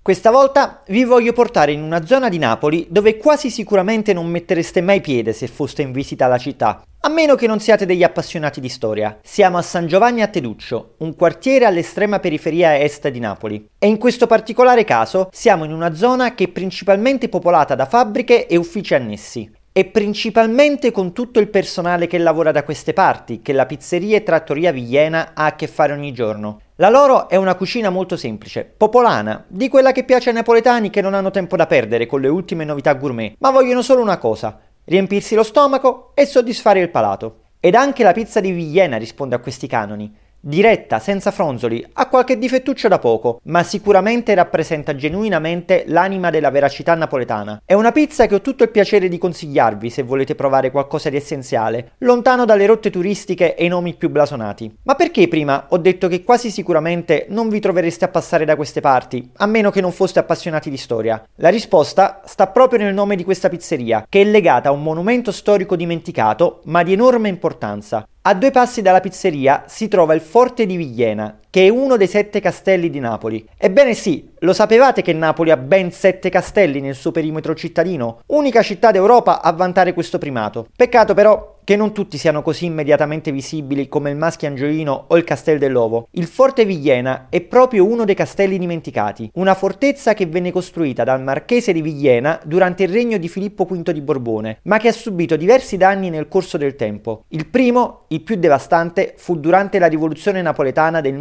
Questa volta vi voglio portare in una zona di Napoli dove quasi sicuramente non mettereste mai piede se foste in visita alla città, a meno che non siate degli appassionati di storia. Siamo a San Giovanni a Teduccio, un quartiere all'estrema periferia est di Napoli. E in questo particolare caso siamo in una zona che è principalmente popolata da fabbriche e uffici annessi. E principalmente con tutto il personale che lavora da queste parti, che la pizzeria e trattoria Vigliena ha a che fare ogni giorno. La loro è una cucina molto semplice, popolana, di quella che piace ai napoletani che non hanno tempo da perdere con le ultime novità gourmet, ma vogliono solo una cosa: riempirsi lo stomaco e soddisfare il palato. Ed anche la pizza di Vigliena risponde a questi canoni. Diretta, senza fronzoli, ha qualche difettuccio da poco, ma sicuramente rappresenta genuinamente l'anima della veracità napoletana. È una pizza che ho tutto il piacere di consigliarvi se volete provare qualcosa di essenziale, lontano dalle rotte turistiche e i nomi più blasonati. Ma perché prima ho detto che quasi sicuramente non vi trovereste a passare da queste parti, a meno che non foste appassionati di storia? La risposta sta proprio nel nome di questa pizzeria, che è legata a un monumento storico dimenticato, ma di enorme importanza. A 2 passi dalla pizzeria si trova il Forte di Vigliena, che è uno dei 7 castelli di Napoli. Ebbene sì, lo sapevate che Napoli ha ben 7 castelli nel suo perimetro cittadino? Unica città d'Europa a vantare questo primato. Peccato però che non tutti siano così immediatamente visibili come il Maschi Angioino o il Castel dell'Ovo. Il Forte Vigliena è proprio uno dei castelli dimenticati, una fortezza che venne costruita dal marchese di Vigliena durante il regno di Filippo V di Borbone, ma che ha subito diversi danni nel corso del tempo. Il primo, il più devastante, fu durante la rivoluzione napoletana del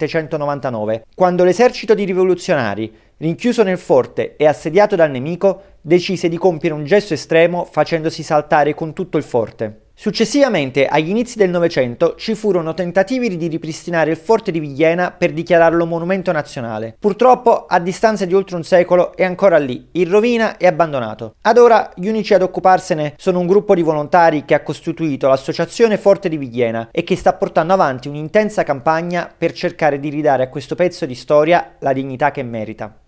1799, quando l'esercito di rivoluzionari, rinchiuso nel forte e assediato dal nemico, decise di compiere un gesto estremo facendosi saltare con tutto il forte. Successivamente, agli inizi del Novecento, ci furono tentativi di ripristinare il forte di Vigliena per dichiararlo monumento nazionale. Purtroppo, a distanza di oltre un secolo, è ancora lì, in rovina e abbandonato. Ad ora, gli unici ad occuparsene sono un gruppo di volontari che ha costituito l'Associazione Forte di Vigliena e che sta portando avanti un'intensa campagna per cercare di ridare a questo pezzo di storia la dignità che merita.